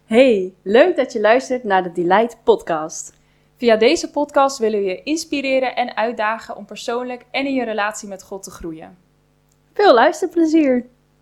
Hey, leuk dat je luistert naar de Delight podcast. Via deze podcast willen we je inspireren en uitdagen om persoonlijk en in je relatie met God te groeien. Veel luisterplezier!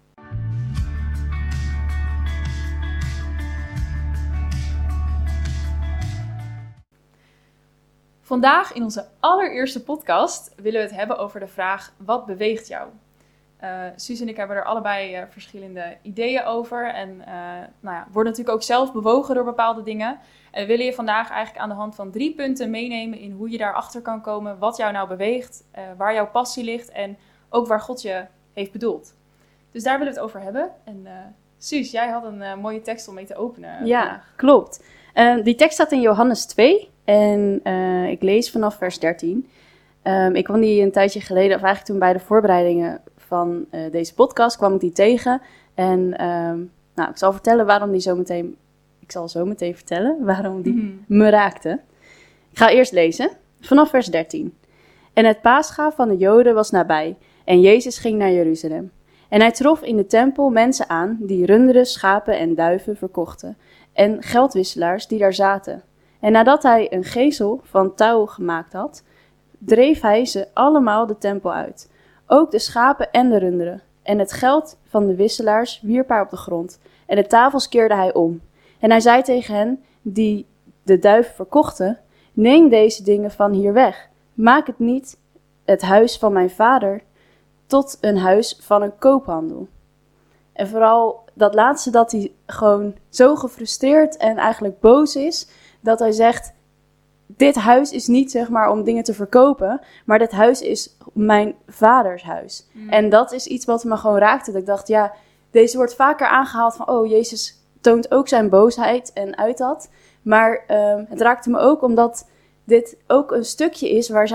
Vandaag in onze allereerste podcast willen we het hebben over de vraag: wat beweegt jou? Suus en ik hebben er allebei verschillende ideeën over. En worden natuurlijk ook zelf bewogen door bepaalde dingen. En we willen je vandaag eigenlijk aan de hand van 3 punten meenemen in hoe je daarachter kan komen. Wat jou nou beweegt, waar jouw passie ligt en ook waar God je heeft bedoeld. Dus daar willen we het over hebben. En Suus, jij had een mooie tekst om mee te openen. Ja, vandaag. Klopt. Die tekst staat in Johannes 2 en ik lees vanaf vers 13. Ik kwam die een tijdje geleden, of eigenlijk toen bij de voorbereidingen van deze podcast, kwam ik die tegen. En ik zal vertellen waarom die zometeen... Ik zal zo meteen vertellen waarom die me raakte. Ik ga eerst lezen, vanaf vers 13. En het Pascha van de Joden was nabij en Jezus ging naar Jeruzalem. En hij trof in de tempel mensen aan die runderen, schapen en duiven verkochten en geldwisselaars die daar zaten. En nadat hij een gezel van touw gemaakt had, dreef hij ze allemaal de tempel uit. Ook de schapen en de runderen. En het geld van de wisselaars wierp hij op de grond. En de tafels keerde hij om. En hij zei tegen hen die de duif verkochten: neem deze dingen van hier weg. Maak het niet het huis van mijn vader tot een huis van een koophandel. En vooral dat laatste, dat hij gewoon zo gefrustreerd en eigenlijk boos is, dat hij zegt: dit huis is niet zeg maar om dingen te verkopen, maar dit huis is mijn vaders huis. En dat is iets wat me gewoon raakte. Dat ik dacht, ja, deze wordt vaker aangehaald van, oh, Jezus toont ook zijn boosheid en uit dat. Maar het raakte me ook omdat dit ook een stukje is waar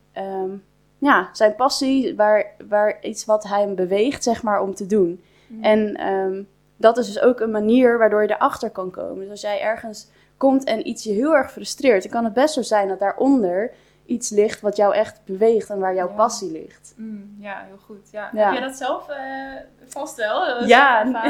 zijn passie, waar iets wat hij hem beweegt, zeg maar, om te doen. En dat is dus ook een manier waardoor je erachter kan komen. Dus als jij ergens komt en iets je heel erg frustreert, dan kan het best zo zijn dat daaronder iets ligt wat jou echt beweegt en waar jouw passie ligt. Ja, heel goed. Ja. Heb jij dat zelf vast wel? Ja.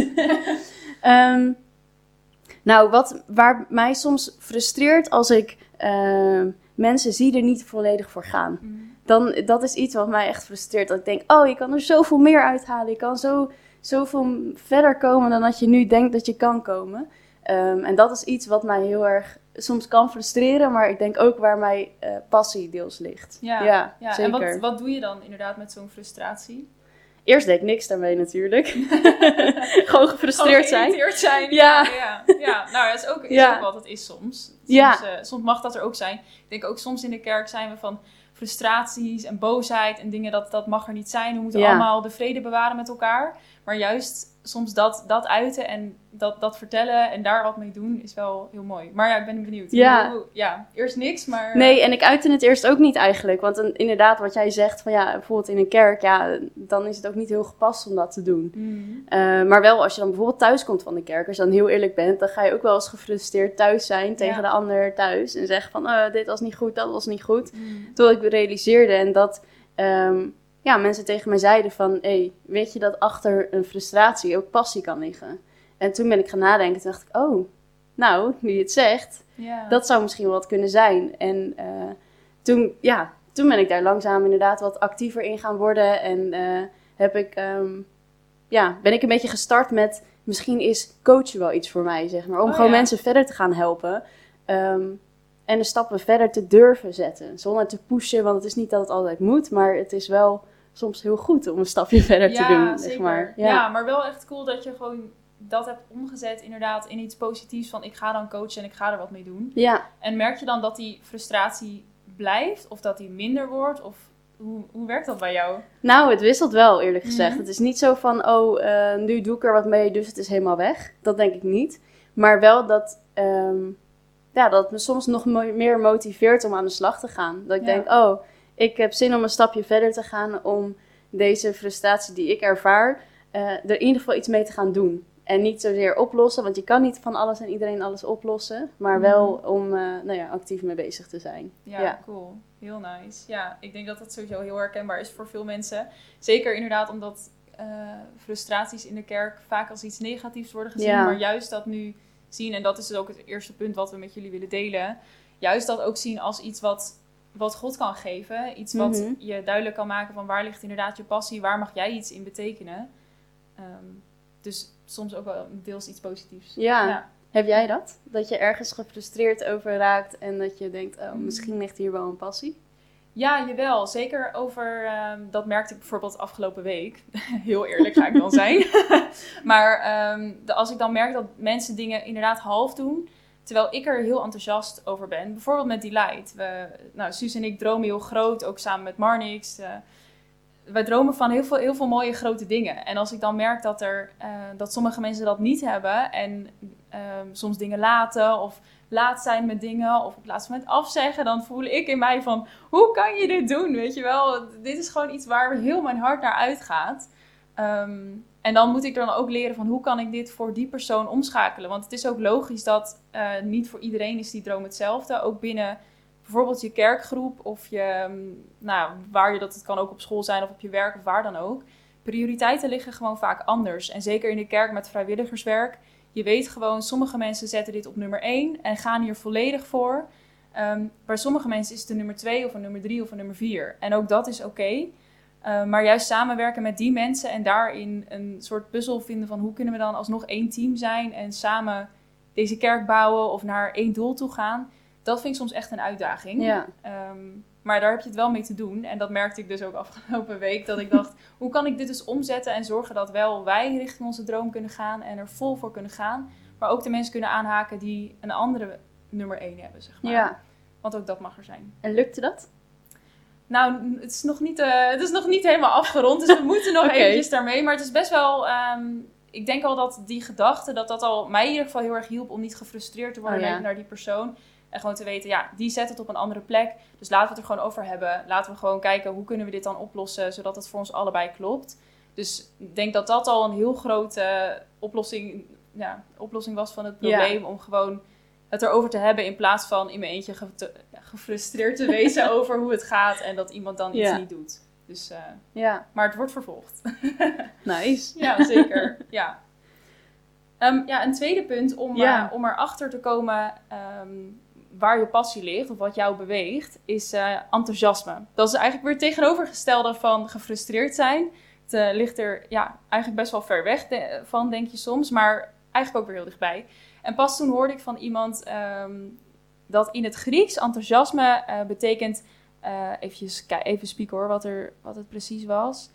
Waar mij soms frustreert als ik mensen zie er niet volledig voor gaan. Dan, dat is iets wat mij echt frustreert. Dat ik denk, oh, je kan er zoveel meer uithalen. Je kan zoveel verder komen dan dat je nu denkt dat je kan komen. En dat is iets wat mij heel erg soms kan frustreren, maar ik denk ook waar mijn passie deels ligt. Ja, zeker. En wat doe je dan inderdaad met zo'n frustratie? Eerst deed ik niks daarmee natuurlijk. Gewoon gefrustreerd zijn. Ja. Nou, dat is ook wat het is soms. Soms mag dat er ook zijn. Ik denk ook soms in de kerk zijn we van frustraties en boosheid en dingen, dat mag er niet zijn. We moeten allemaal de vrede bewaren met elkaar. Maar juist soms dat uiten en dat vertellen en daar wat mee doen is wel heel mooi. Maar ja, ik ben benieuwd. Eerst niks, maar... Nee, en ik uitte het eerst ook niet eigenlijk. Want inderdaad, wat jij zegt, van bijvoorbeeld in een kerk, dan is het ook niet heel gepast om dat te doen. Maar wel, als je dan bijvoorbeeld thuis komt van de kerk, als je dan heel eerlijk bent, dan ga je ook wel eens gefrustreerd thuis zijn tegen de ander thuis. En zeggen van, dit was niet goed, dat was niet goed. Terwijl ik realiseerde en dat... mensen tegen mij zeiden van, weet je dat achter een frustratie ook passie kan liggen? En toen ben ik gaan nadenken, toen dacht ik, oh, nou, nu je het zegt, dat zou misschien wel wat kunnen zijn. En toen ben ik daar langzaam inderdaad wat actiever in gaan worden. En ben ik een beetje gestart met, misschien is coachen wel iets voor mij, zeg maar. Om mensen verder te gaan helpen. En de stappen verder te durven zetten. Zonder te pushen, want het is niet dat het altijd moet, maar het is wel soms heel goed om een stapje verder te doen. Zeker. Zeg maar. Ja, maar wel echt cool dat je gewoon dat hebt omgezet inderdaad in iets positiefs. Van ik ga dan coachen en ik ga er wat mee doen. Ja. En merk je dan dat die frustratie blijft? Of dat die minder wordt? Of hoe werkt dat bij jou? Nou, het wisselt wel eerlijk gezegd. Het is niet zo van, nu doe ik er wat mee, dus het is helemaal weg. Dat denk ik niet. Maar wel dat... dat het me soms nog meer motiveert om aan de slag te gaan. Dat ik denk, ik heb zin om een stapje verder te gaan om deze frustratie die ik ervaar, er in ieder geval iets mee te gaan doen. En niet zozeer oplossen, want je kan niet van alles en iedereen alles oplossen. Maar wel om actief mee bezig te zijn. Ja, cool. Heel nice. Ja, ik denk dat dat sowieso heel herkenbaar is voor veel mensen. Zeker inderdaad omdat frustraties in de kerk vaak als iets negatiefs worden gezien. Maar juist dat nu zien. En dat is dus ook het eerste punt wat we met jullie willen delen. Juist dat ook zien als iets wat God kan geven. Iets wat je duidelijk kan maken van waar ligt inderdaad je passie. Waar mag jij iets in betekenen. Dus soms ook wel deels iets positiefs. Ja. Heb jij dat? Dat je ergens gefrustreerd over raakt en dat je denkt, misschien ligt hier wel een passie? Ja, jawel. Zeker over, dat merkte ik bijvoorbeeld afgelopen week. Heel eerlijk ga ik dan zijn. Maar als ik dan merk dat mensen dingen inderdaad half doen, terwijl ik er heel enthousiast over ben. Bijvoorbeeld met Delight. Suus en ik dromen heel groot, ook samen met Marnix. Wij dromen van heel veel mooie grote dingen. En als ik dan merk dat sommige mensen dat niet hebben en soms dingen laten of laat zijn met dingen of op het laatste moment afzeggen, dan voel ik in mij van, hoe kan je dit doen, weet je wel? Dit is gewoon iets waar heel mijn hart naar uitgaat. En dan moet ik dan ook leren van, hoe kan ik dit voor die persoon omschakelen? Want het is ook logisch dat niet voor iedereen is die droom hetzelfde. Ook binnen bijvoorbeeld je kerkgroep of het kan ook op school zijn of op je werk of waar dan ook. Prioriteiten liggen gewoon vaak anders. En zeker in de kerk met vrijwilligerswerk. Je weet gewoon, sommige mensen zetten dit op nummer 1 en gaan hier volledig voor. Bij sommige mensen is het een nummer 2 of een nummer 3 of een nummer 4. En ook dat is oké. Maar juist samenwerken met die mensen en daarin een soort puzzel vinden van hoe kunnen we dan alsnog één team zijn en samen deze kerk bouwen of naar één doel toe gaan. Dat vind ik soms echt een uitdaging. Ja. Maar daar heb je het wel mee te doen. En dat merkte ik dus ook afgelopen week. Dat ik dacht, hoe kan ik dit dus omzetten en zorgen dat wel wij richting onze droom kunnen gaan en er vol voor kunnen gaan. Maar ook de mensen kunnen aanhaken die een andere nummer 1 hebben, zeg maar. Ja. Want ook dat mag er zijn. En lukte dat? Nou, het is nog niet helemaal afgerond. Dus we moeten nog eventjes daarmee. Maar het is best wel... ik denk al dat die gedachte, dat al mij in ieder geval heel erg hielp om niet gefrustreerd te worden naar die persoon. En gewoon te weten, die zet het op een andere plek. Dus laten we het er gewoon over hebben. Laten we gewoon kijken, hoe kunnen we dit dan oplossen, zodat het voor ons allebei klopt. Dus ik denk dat dat al een heel grote oplossing was van het probleem. Om gewoon het erover te hebben in plaats van in mijn eentje gefrustreerd te wezen over hoe het gaat. En dat iemand dan iets niet doet. Dus, maar het wordt vervolgd. Nice. Ja, zeker. Ja. Een tweede punt om erachter te komen waar je passie ligt of wat jou beweegt, is enthousiasme. Dat is eigenlijk weer het tegenovergestelde van gefrustreerd zijn. Het ligt er eigenlijk best wel ver weg van, denk je soms, maar eigenlijk ook weer heel dichtbij. En pas toen hoorde ik van iemand dat in het Grieks enthousiasme betekent, even spieken hoor, wat het precies was.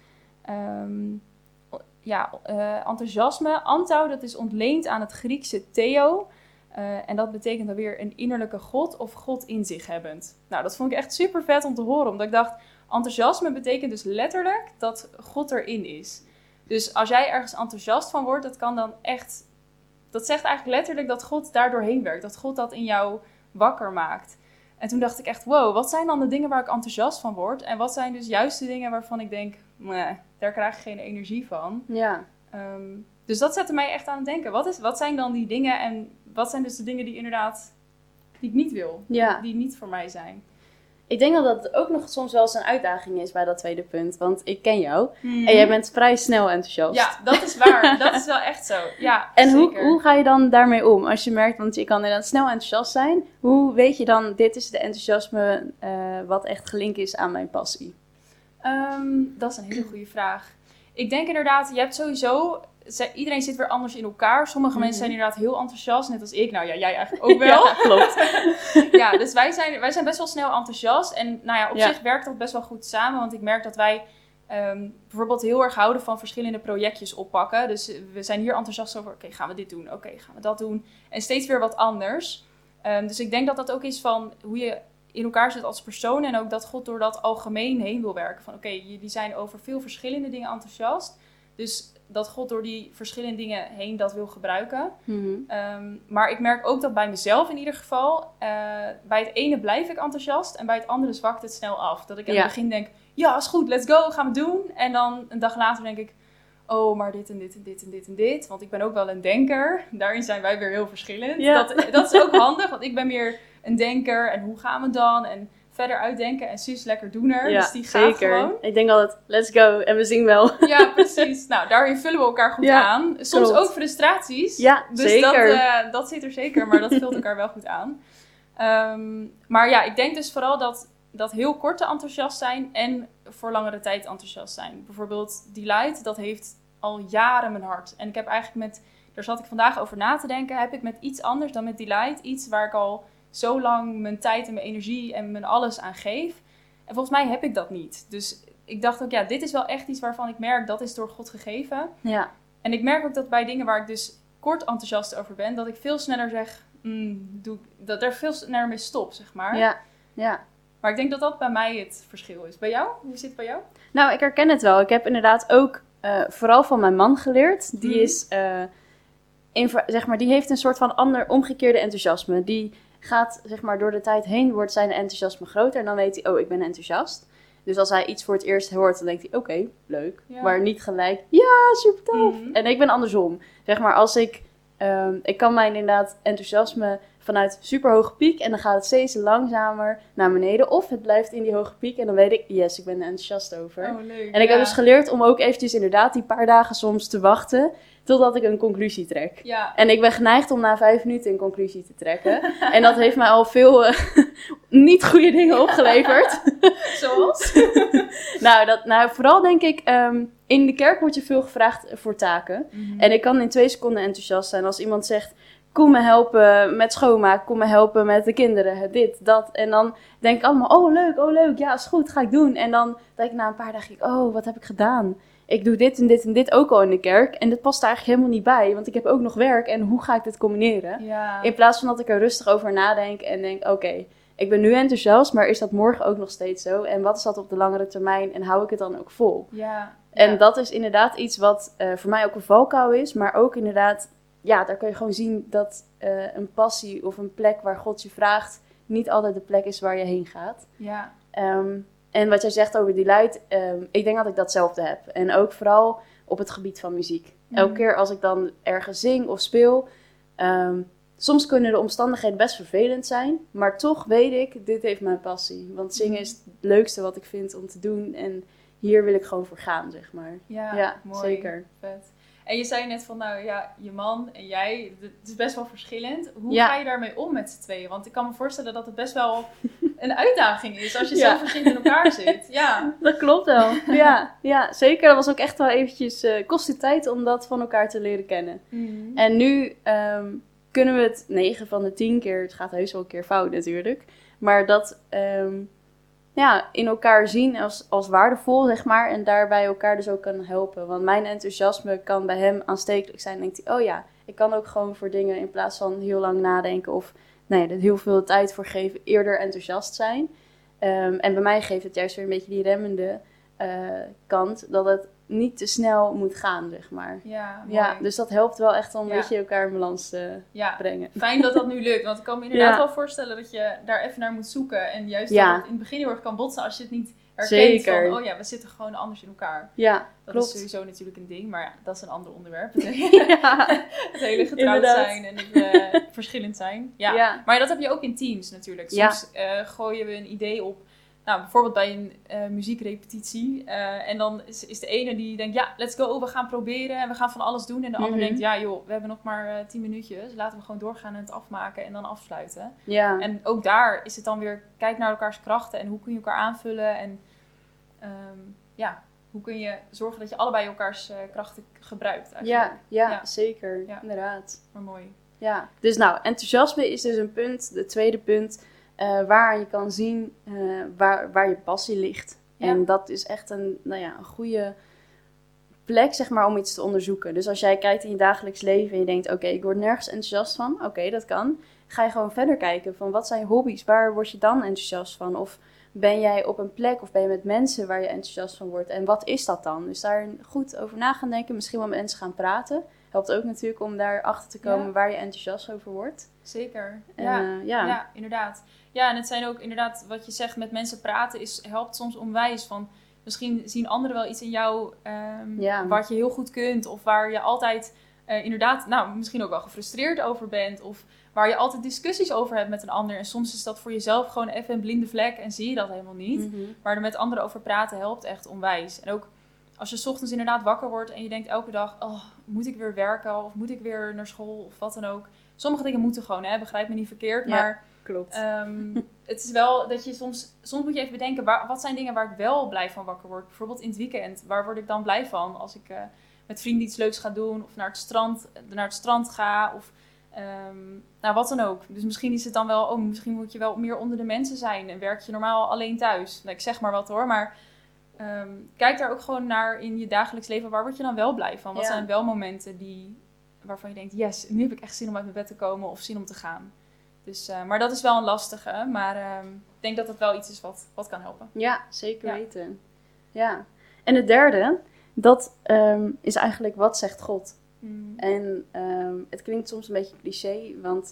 Enthousiasme, antou, dat is ontleend aan het Griekse theo. En dat betekent dan weer een innerlijke God of God in zich hebbend. Nou, dat vond ik echt super vet om te horen. Omdat ik dacht, enthousiasme betekent dus letterlijk dat God erin is. Dus als jij ergens enthousiast van wordt, dat kan dan echt... Dat zegt eigenlijk letterlijk dat God daar doorheen werkt. Dat God dat in jou wakker maakt. En toen dacht ik echt, wow, wat zijn dan de dingen waar ik enthousiast van word? En wat zijn dus juist de dingen waarvan ik denk, daar krijg ik geen energie van. Ja. Dus dat zette mij echt aan het denken. Wat zijn dan die dingen en wat zijn dus de dingen die ik niet wil? Ja. Die niet voor mij zijn? Ik denk dat het ook nog soms wel eens een uitdaging is bij dat tweede punt. Want ik ken jou en jij bent vrij snel enthousiast. Ja, dat is waar. Dat is wel echt zo. Ja, en zeker. Hoe ga je dan daarmee om? Als je merkt, want je kan inderdaad snel enthousiast zijn. Hoe weet je dan, dit is de enthousiasme wat echt gelinkt is aan mijn passie? Dat is een hele goede vraag. Ik denk inderdaad, je hebt sowieso... Iedereen zit weer anders in elkaar. Sommige mensen zijn inderdaad heel enthousiast, net als ik. Nou ja, jij eigenlijk ook wel. Ja, klopt. Ja, dus wij zijn best wel snel enthousiast. En nou ja, op zich werkt dat best wel goed samen. Want ik merk dat wij bijvoorbeeld heel erg houden van verschillende projectjes oppakken. Dus we zijn hier enthousiast over. Oké, gaan we dit doen? Oké, gaan we dat doen? En steeds weer wat anders. Dus ik denk dat dat ook is van hoe je in elkaar zit als persoon. En ook dat God door dat algemeen heen wil werken. Van oké, jullie zijn over veel verschillende dingen enthousiast. Dus dat God door die verschillende dingen heen dat wil gebruiken. Maar ik merk ook dat bij mezelf in ieder geval... bij het ene blijf ik enthousiast en bij het andere zwakt het snel af. Dat ik in het begin denk, ja, is goed, let's go, gaan we doen. En dan een dag later denk ik, oh, maar dit en dit en dit en dit en dit. Want ik ben ook wel een denker. Daarin zijn wij weer heel verschillend. Ja. Dat is ook handig, want ik ben meer een denker. En hoe gaan we dan? En verder uitdenken en Suus lekker doener. Ja, dus die gaat zeker. gewoon. Ik denk altijd, let's go. En we zien wel. Ja, precies. Nou, daarin vullen we elkaar goed aan. Soms klopt. ook frustraties. Ja, dus zeker. dat zit er zeker, maar dat vult elkaar wel goed aan. Maar ja, ik denk dus vooral dat heel korte enthousiast zijn en voor langere tijd enthousiast zijn. Bijvoorbeeld Delight, dat heeft al jaren mijn hart. En ik heb eigenlijk daar zat ik vandaag over na te denken, heb ik met iets anders dan met Delight, iets waar ik al zo lang mijn tijd en mijn energie en mijn alles aan geef. En volgens mij heb ik dat niet. Dus ik dacht ook, ja, dit is wel echt iets waarvan ik merk, dat is door God gegeven. Ja. En ik merk ook dat bij dingen waar ik dus kort enthousiast over ben, dat ik veel sneller zeg, dat er veel sneller mee stop, zeg maar. Ja. Maar ik denk dat dat bij mij het verschil is. Bij jou? Hoe zit het bij jou? Nou, ik herken het wel. Ik heb inderdaad ook vooral van mijn man geleerd. Die is, zeg maar, die heeft een soort van ander omgekeerde enthousiasme. Die gaat, zeg maar, door de tijd heen wordt zijn enthousiasme groter. En dan weet hij, oh, ik ben enthousiast. Dus als hij iets voor het eerst hoort, dan denkt hij, oké, leuk. Ja. Maar niet gelijk, ja, super tof. En ik ben andersom. Zeg maar, als ik kan mijn inderdaad enthousiasme vanuit super hoge piek en dan gaat het steeds langzamer naar beneden. Of het blijft in die hoge piek en dan weet ik, yes, ik ben er enthousiast over. Oh, leuk. En ik heb dus geleerd om ook eventjes inderdaad die paar dagen soms te wachten totdat ik een conclusie trek. Ja. En ik ben geneigd om na 5 minuten een conclusie te trekken. En dat heeft mij al veel niet goede dingen opgeleverd. Zoals? Nou, vooral denk ik, in de kerk wordt je veel gevraagd voor taken. En ik kan in 2 seconden enthousiast zijn als iemand zegt, kom me helpen met schoonmaken, kom me helpen met de kinderen, dit, dat. En dan denk ik allemaal, oh leuk, ja, is goed, ga ik doen. En dan denk ik na een paar dagen, oh, wat heb ik gedaan? Ik doe dit en dit en dit ook al in de kerk. En dit past er eigenlijk helemaal niet bij, want ik heb ook nog werk. En hoe ga ik dit combineren? Ja. In plaats van dat ik er rustig over nadenk en denk, oké, ik ben nu enthousiast, maar is dat morgen ook nog steeds zo? En wat is dat op de langere termijn en hou ik het dan ook vol? Ja. En dat is inderdaad iets wat voor mij ook een valkuil is, maar ook inderdaad, ja, daar kun je gewoon zien dat een passie of een plek waar God je vraagt niet altijd de plek is waar je heen gaat. Ja. En wat jij zegt over Delight, ik denk dat ik datzelfde heb. En ook vooral op het gebied van muziek. Elke keer als ik dan ergens zing of speel, soms kunnen de omstandigheden best vervelend zijn, maar toch weet ik, dit heeft mijn passie. Want zingen is het leukste wat ik vind om te doen en hier wil ik gewoon voor gaan, zeg maar. Ja, mooi. Zeker. Vet. En je zei net van, nou ja, je man en jij, het is best wel verschillend. Hoe Ja. ga je daarmee om met z'n tweeën? Want ik kan me voorstellen dat het best wel een uitdaging is als je zo verschillend in elkaar zit. Ja, Dat klopt wel. Ja, zeker. Dat was ook echt wel eventjes, kost het tijd om dat van elkaar te leren kennen. En nu kunnen we het 9 van de 10 keer, het gaat heus wel een keer fout natuurlijk, maar dat in elkaar zien als waardevol, zeg maar, en daarbij elkaar dus ook kan helpen. Want mijn enthousiasme kan bij hem aanstekelijk zijn. Dan denkt hij, oh ja, ik kan ook gewoon voor dingen in plaats van heel lang nadenken of er heel veel tijd voor geven, eerder enthousiast zijn. En bij mij geeft het juist weer een beetje die remmende kant, dat het niet te snel moet gaan, zeg maar. ja, mooi. Ja, dus dat helpt wel echt om een beetje elkaar in balans te brengen. Fijn dat dat nu lukt, want ik kan me inderdaad wel voorstellen dat je daar even naar moet zoeken. En juist dat het in het begin heel erg kan botsen als je het niet herkent van, oh ja, we zitten gewoon anders in elkaar. Ja, dat klopt. is sowieso natuurlijk een ding, maar ja, dat is een ander onderwerp. Het hele getrouwd Inderdaad. zijn en het, verschillend zijn. Ja. Maar dat heb je ook in teams natuurlijk. Soms gooien we een idee op. Nou, bijvoorbeeld bij een muziekrepetitie. En dan is de ene die denkt, ja, let's go, we gaan proberen en we gaan van alles doen. En de ander denkt, ja joh, we hebben nog maar 10 minuutjes. Laten we gewoon doorgaan en het afmaken en dan afsluiten. Ja. En ook daar is het dan weer, kijk naar elkaars krachten en hoe kun je elkaar aanvullen. En hoe kun je zorgen dat je allebei elkaars krachten gebruikt eigenlijk. Ja, zeker. Ja. Inderdaad. Maar mooi. Ja, dus nou, enthousiasme is dus een punt. De tweede punt, waar je kan zien waar je passie ligt. Ja. En dat is echt een goede plek, zeg maar, om iets te onderzoeken. Dus als jij kijkt in je dagelijks leven en je denkt, oké, ik word nergens enthousiast van. Oké, dat kan. Ga je gewoon verder kijken van, wat zijn je hobby's? Waar word je dan enthousiast van? Of ben jij op een plek of ben je met mensen waar je enthousiast van wordt? En wat is dat dan? Dus daar goed over na gaan denken. Misschien wel met mensen gaan praten. Helpt ook natuurlijk om daar achter te komen waar je enthousiast over wordt. Zeker. En, ja, inderdaad. Ja, en het zijn ook inderdaad, wat je zegt, met mensen praten helpt soms onwijs. Van, misschien zien anderen wel iets in jou wat je heel goed kunt. Of waar je altijd inderdaad, nou, misschien ook wel gefrustreerd over bent. Of waar je altijd discussies over hebt met een ander. En soms is dat voor jezelf gewoon even een blinde vlek en zie je dat helemaal niet. Mhm. Maar er met anderen over praten helpt echt onwijs. En ook als je 's ochtends inderdaad wakker wordt en je denkt elke dag, oh, moet ik weer werken of moet ik weer naar school of wat dan ook. Sommige dingen moeten gewoon, hè, begrijp me niet verkeerd. Ja, maar klopt. het is wel dat je soms moet je even bedenken, wat zijn dingen waar ik wel blij van wakker word? Bijvoorbeeld in het weekend, waar word ik dan blij van als ik met vrienden iets leuks ga doen of naar het strand ga of nou, wat dan ook. Dus misschien is het dan wel, misschien moet je wel meer onder de mensen zijn en werk je normaal alleen thuis. Nou, ik zeg maar wat hoor, maar kijk daar ook gewoon naar in je dagelijks leven. Waar word je dan wel blij van? Wat zijn wel momenten waarvan je denkt, yes, nu heb ik echt zin om uit mijn bed te komen of zin om te gaan. Dus, maar dat is wel een lastige, maar ik denk dat het wel iets is wat kan helpen. Ja, zeker weten. Ja. En het derde, dat is eigenlijk wat zegt God? En het klinkt soms een beetje cliché, want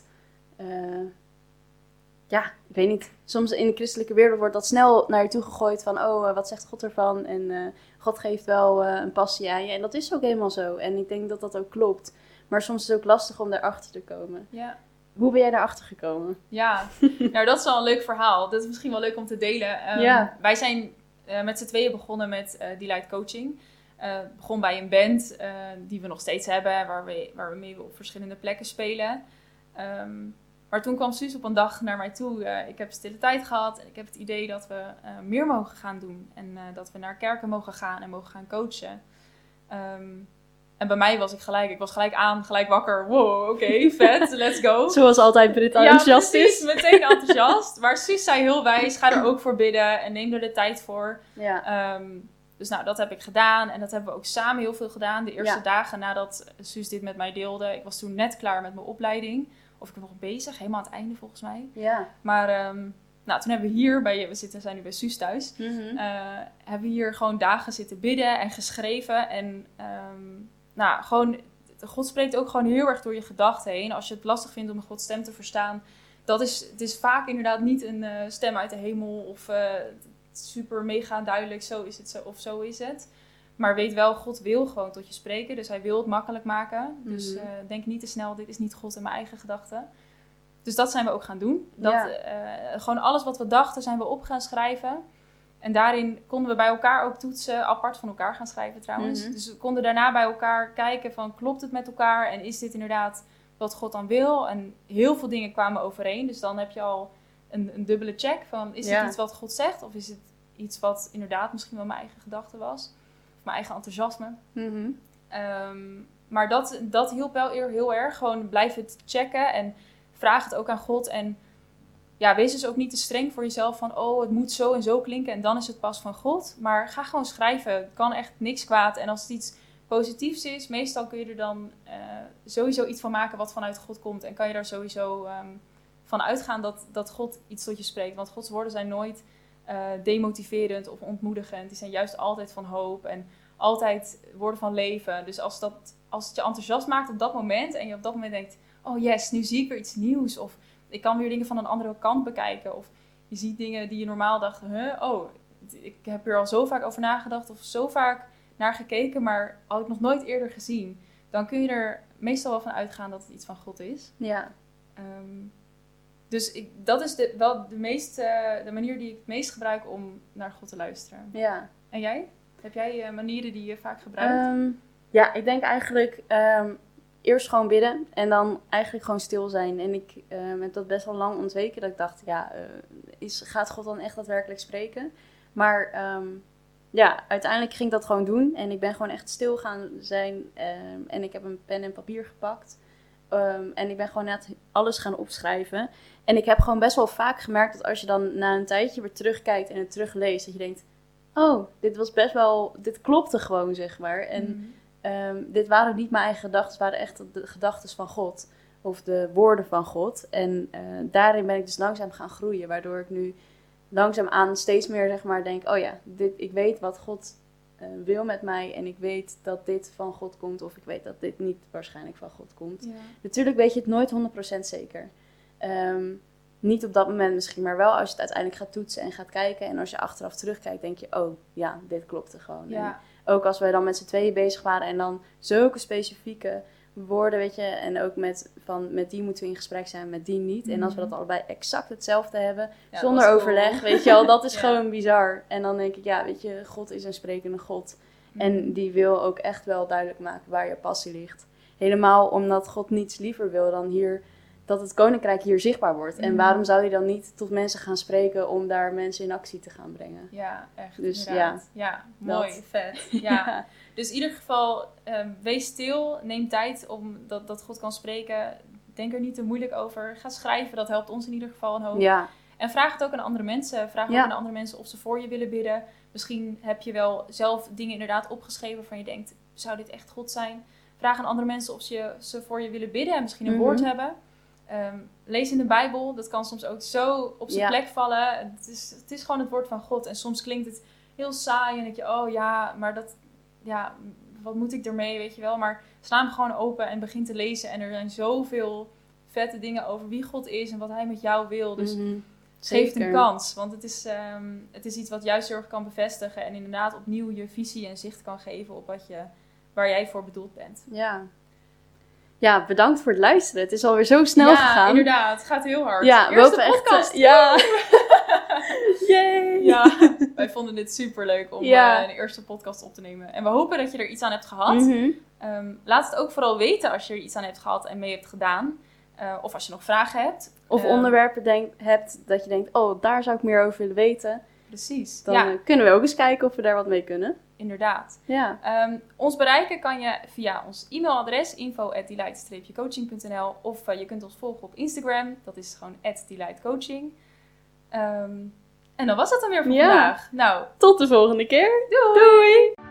ik weet niet. Soms in de christelijke wereld wordt dat snel naar je toe gegooid van, wat zegt God ervan? En God geeft wel een passie aan je. En dat is ook helemaal zo. En ik denk dat dat ook klopt. Maar soms is het ook lastig om daarachter te komen. Ja. Hoe ben jij daarachter gekomen? Ja, nou dat is wel een leuk verhaal. Dat is misschien wel leuk om te delen. Wij zijn met z'n tweeën begonnen met Delight Coaching. Begon bij een band die we nog steeds hebben, waar we mee op verschillende plekken spelen. Maar toen kwam Suus op een dag naar mij toe. Ik heb stille tijd gehad en ik heb het idee dat we meer mogen gaan doen. En dat we naar kerken mogen gaan en mogen gaan coachen. En bij mij was ik gelijk aan, gelijk wakker. Wow, oké, vet, let's go. Zoals altijd Brit enthousiast is. Ja, meteen enthousiast. Maar Suus zei heel wijs, ga er ook voor bidden en neem er de tijd voor. Ja. Dus nou, dat heb ik gedaan. En dat hebben we ook samen heel veel gedaan. De eerste dagen nadat Suus dit met mij deelde. Ik was toen net klaar met mijn opleiding. Of ik ben nog bezig, helemaal aan het einde volgens mij. Ja. Maar nou, toen hebben we hier, zijn nu bij Suus thuis. Mm-hmm. Hebben we hier gewoon dagen zitten bidden en geschreven. En nou, gewoon, God spreekt ook gewoon heel erg door je gedachten heen. Als je het lastig vindt om Gods stem te verstaan. Het is vaak inderdaad niet een stem uit de hemel of super mega duidelijk, zo is het zo, of zo is het. Maar weet wel, God wil gewoon tot je spreken. Dus hij wil het makkelijk maken. Mm-hmm. Dus denk niet te snel, dit is niet God in mijn eigen gedachten. Dus dat zijn we ook gaan doen. Gewoon alles wat we dachten zijn we op gaan schrijven. En daarin konden we bij elkaar ook toetsen, apart van elkaar gaan schrijven trouwens. Mm-hmm. Dus we konden daarna bij elkaar kijken van, klopt het met elkaar? En is dit inderdaad wat God dan wil? En heel veel dingen kwamen overeen. Dus dan heb je al een dubbele check van, is het iets wat God zegt? Of is het iets wat inderdaad misschien wel mijn eigen gedachte was? Of mijn eigen enthousiasme? Mm-hmm. Maar dat hielp wel heel erg. Gewoon blijf het checken en vraag het ook aan God. En ja, wees dus ook niet te streng voor jezelf van, het moet zo en zo klinken en dan is het pas van God. Maar ga gewoon schrijven. Het kan echt niks kwaad. En als het iets positiefs is, meestal kun je er dan sowieso iets van maken wat vanuit God komt. En kan je daar sowieso van uitgaan dat God iets tot je spreekt. Want Gods woorden zijn nooit demotiverend of ontmoedigend. Die zijn juist altijd van hoop en altijd woorden van leven. Dus als het je enthousiast maakt op dat moment en je op dat moment denkt, oh yes, nu zie ik weer iets nieuws. Of ik kan weer dingen van een andere kant bekijken. Of je ziet dingen die je normaal dacht, ik heb er al zo vaak over nagedacht of zo vaak naar gekeken, maar had ik nog nooit eerder gezien. Dan kun je er meestal wel van uitgaan dat het iets van God is. Ja. Dus dat is de manier die ik het meest gebruik om naar God te luisteren. Ja. En jij? Heb jij manieren die je vaak gebruikt? Ja, ik denk eigenlijk eerst gewoon bidden en dan eigenlijk gewoon stil zijn. En ik heb dat best wel lang ontweken. Dat ik dacht, gaat God dan echt daadwerkelijk spreken? Maar uiteindelijk ging ik dat gewoon doen. En ik ben gewoon echt stil gaan zijn. En ik heb een pen en papier gepakt. En ik ben gewoon net alles gaan opschrijven. En ik heb gewoon best wel vaak gemerkt dat als je dan na een tijdje weer terugkijkt en het terugleest, dat je denkt, dit klopte gewoon, zeg maar. En dit waren niet mijn eigen gedachten, het waren echt de gedachten van God. Of de woorden van God. En daarin ben ik dus langzaam gaan groeien, waardoor ik nu langzaamaan steeds meer, zeg maar, denk, ik weet wat God wil met mij en ik weet dat dit van God komt of ik weet dat dit niet waarschijnlijk van God komt. Ja. Natuurlijk weet je het nooit 100% zeker. Niet op dat moment misschien, maar wel als je het uiteindelijk gaat toetsen en gaat kijken en als je achteraf terugkijkt, denk je, dit klopte gewoon. Ja. En ook als wij dan met z'n tweeën bezig waren en dan zulke specifieke woorden, weet je. En ook met die moeten we in gesprek zijn, met die niet. En als we dat allebei exact hetzelfde hebben, zonder overleg, weet je wel, dat is gewoon bizar. En dan denk ik, ja, weet je, God is een sprekende God. En die wil ook echt wel duidelijk maken waar je passie ligt. Helemaal omdat God niets liever wil dan hier, dat het koninkrijk hier zichtbaar wordt. En waarom zou hij dan niet tot mensen gaan spreken om daar mensen in actie te gaan brengen? Ja, echt. Dus inderdaad. Ja, mooi, vet. Ja. Dus in ieder geval, wees stil, neem tijd om dat God kan spreken. Denk er niet te moeilijk over. Ga schrijven, dat helpt ons in ieder geval een hoop. Ja. En vraag het ook aan andere mensen. Vraag ook aan andere mensen of ze voor je willen bidden. Misschien heb je wel zelf dingen inderdaad opgeschreven waarvan je denkt, zou dit echt God zijn? Vraag aan andere mensen of ze voor je willen bidden en misschien een woord hebben. Lees in de Bijbel, dat kan soms ook zo op zijn plek vallen. Het is gewoon het woord van God. En soms klinkt het heel saai en denk je, oh ja, maar wat moet ik ermee, weet je wel. Maar sla hem gewoon open en begin te lezen. En er zijn zoveel vette dingen over wie God is en wat hij met jou wil. Dus geef het een kans. Want het is iets wat juist heel erg kan bevestigen. En inderdaad opnieuw je visie en zicht kan geven op waar jij voor bedoeld bent. Ja, bedankt voor het luisteren. Het is alweer zo snel gegaan. Ja, inderdaad. Het gaat heel hard. Ja, Eerste podcast. Yay! Ja, wij vonden dit superleuk om een eerste podcast op te nemen. En we hopen dat je er iets aan hebt gehad. Laat het ook vooral weten als je er iets aan hebt gehad en mee hebt gedaan. Of als je nog vragen hebt. Of onderwerpen hebt dat je denkt, oh, daar zou ik meer over willen weten. Precies. Dan kunnen we ook eens kijken of we daar wat mee kunnen. Inderdaad. Ja. Ons bereiken kan je via ons e-mailadres info@delight-coaching.nl of je kunt ons volgen op Instagram. Dat is gewoon @delightcoaching. En dan was het dan weer voor vandaag. Nou, tot de volgende keer. Doei!